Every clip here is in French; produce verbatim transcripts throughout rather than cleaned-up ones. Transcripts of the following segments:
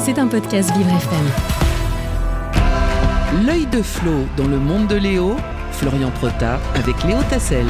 C'est un podcast Vivre F M. L'œil de Flo dans le monde de Léo, Florian Prota avec Léo Tassel.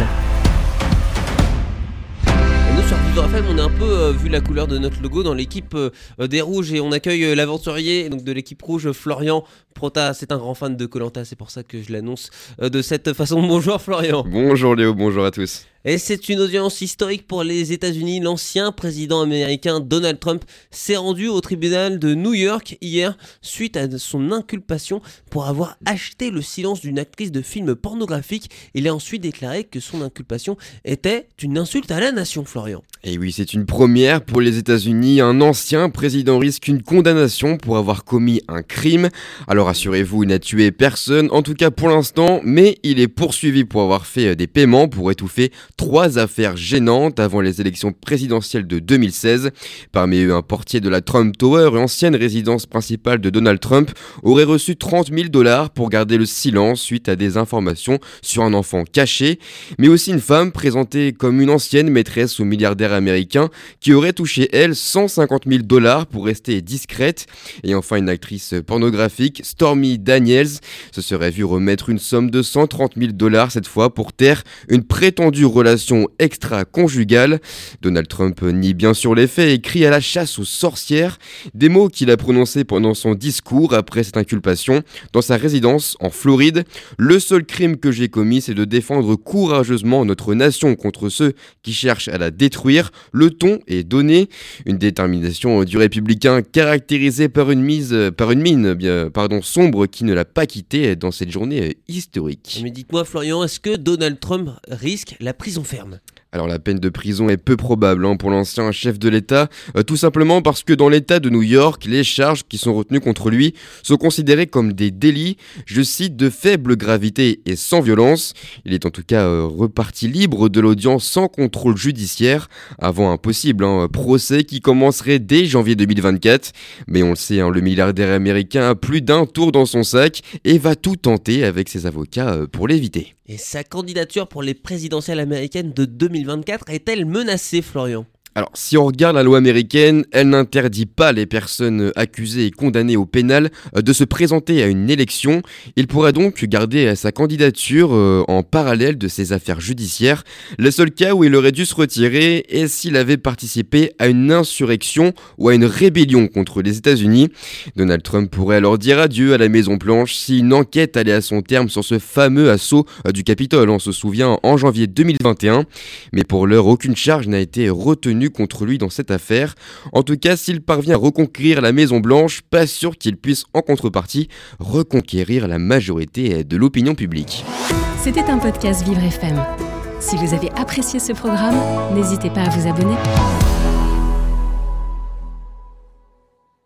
Nous sur Vivre F M, on a un peu euh, vu la couleur de notre logo dans l'équipe euh, des Rouges et on accueille euh, l'aventurier donc de l'équipe rouge, Florian Prota. C'est un grand fan de Koh-Lanta, c'est pour ça que je l'annonce euh, de cette façon. Bonjour Florian. Bonjour Léo, bonjour à tous. Et c'est une audience historique pour les États-Unis. L'ancien président américain Donald Trump s'est rendu au tribunal de New York hier suite à son inculpation pour avoir acheté le silence d'une actrice de film pornographique. Il a ensuite déclaré que son inculpation était une insulte à la nation, Florian. Et oui, c'est une première pour les États-Unis. Un ancien président risque une condamnation pour avoir commis un crime. Alors assurez-vous, il n'a tué personne, en tout cas pour l'instant, mais il est poursuivi pour avoir fait des paiements pour étouffer trois affaires gênantes avant les élections présidentielles de deux mille seize. Parmi eux, un portier de la Trump Tower, ancienne résidence principale de Donald Trump, aurait reçu trente mille dollars pour garder le silence suite à des informations sur un enfant caché. Mais aussi une femme présentée comme une ancienne maîtresse au milliardaire américain qui aurait touché, elle, cent cinquante mille dollars pour rester discrète. Et enfin, une actrice pornographique, Stormy Daniels, se serait vue remettre une somme de cent trente mille dollars cette fois pour taire une prétendue relation extra-conjugale. Donald Trump nie bien sûr les faits et crie à la chasse aux sorcières, des mots qu'il a prononcés pendant son discours après cette inculpation dans sa résidence en Floride. Le seul crime que j'ai commis, c'est de défendre courageusement notre nation contre ceux qui cherchent à la détruire. Le ton est donné. Une détermination du républicain caractérisée par une, mise, par une mine bien, pardon, sombre qui ne l'a pas quitté dans cette journée historique. Mais dites-moi Florian, est-ce que Donald Trump risque la prison ferme ? Alors la peine de prison est peu probable hein, pour l'ancien chef de l'État, euh, tout simplement parce que dans l'État de New York, les charges qui sont retenues contre lui sont considérées comme des délits, je cite, de faible gravité et sans violence. Il est en tout cas euh, reparti libre de l'audience sans contrôle judiciaire, avant un possible hein, procès qui commencerait dès janvier deux mille vingt-quatre. Mais on le sait, hein, le milliardaire américain a plus d'un tour dans son sac et va tout tenter avec ses avocats euh, pour l'éviter. Et sa candidature pour les présidentielles américaines de deux mille vingt-quatre est-elle menacée, Florian ? Alors, si on regarde la loi américaine, elle n'interdit pas les personnes accusées et condamnées au pénal de se présenter à une élection. Il pourrait donc garder sa candidature en parallèle de ses affaires judiciaires. Le seul cas où il aurait dû se retirer est s'il avait participé à une insurrection ou à une rébellion contre les États-Unis. Donald Trump pourrait alors dire adieu à la Maison-Blanche si une enquête allait à son terme sur ce fameux assaut du Capitole. On se souvient en janvier deux mille vingt et un. Mais pour l'heure, aucune charge n'a été retenue contre lui dans cette affaire. En tout cas, s'il parvient à reconquérir la Maison-Blanche, pas sûr qu'il puisse en contrepartie reconquérir la majorité de l'opinion publique. C'était un podcast Vivre F M. Si vous avez apprécié ce programme, n'hésitez pas à vous abonner.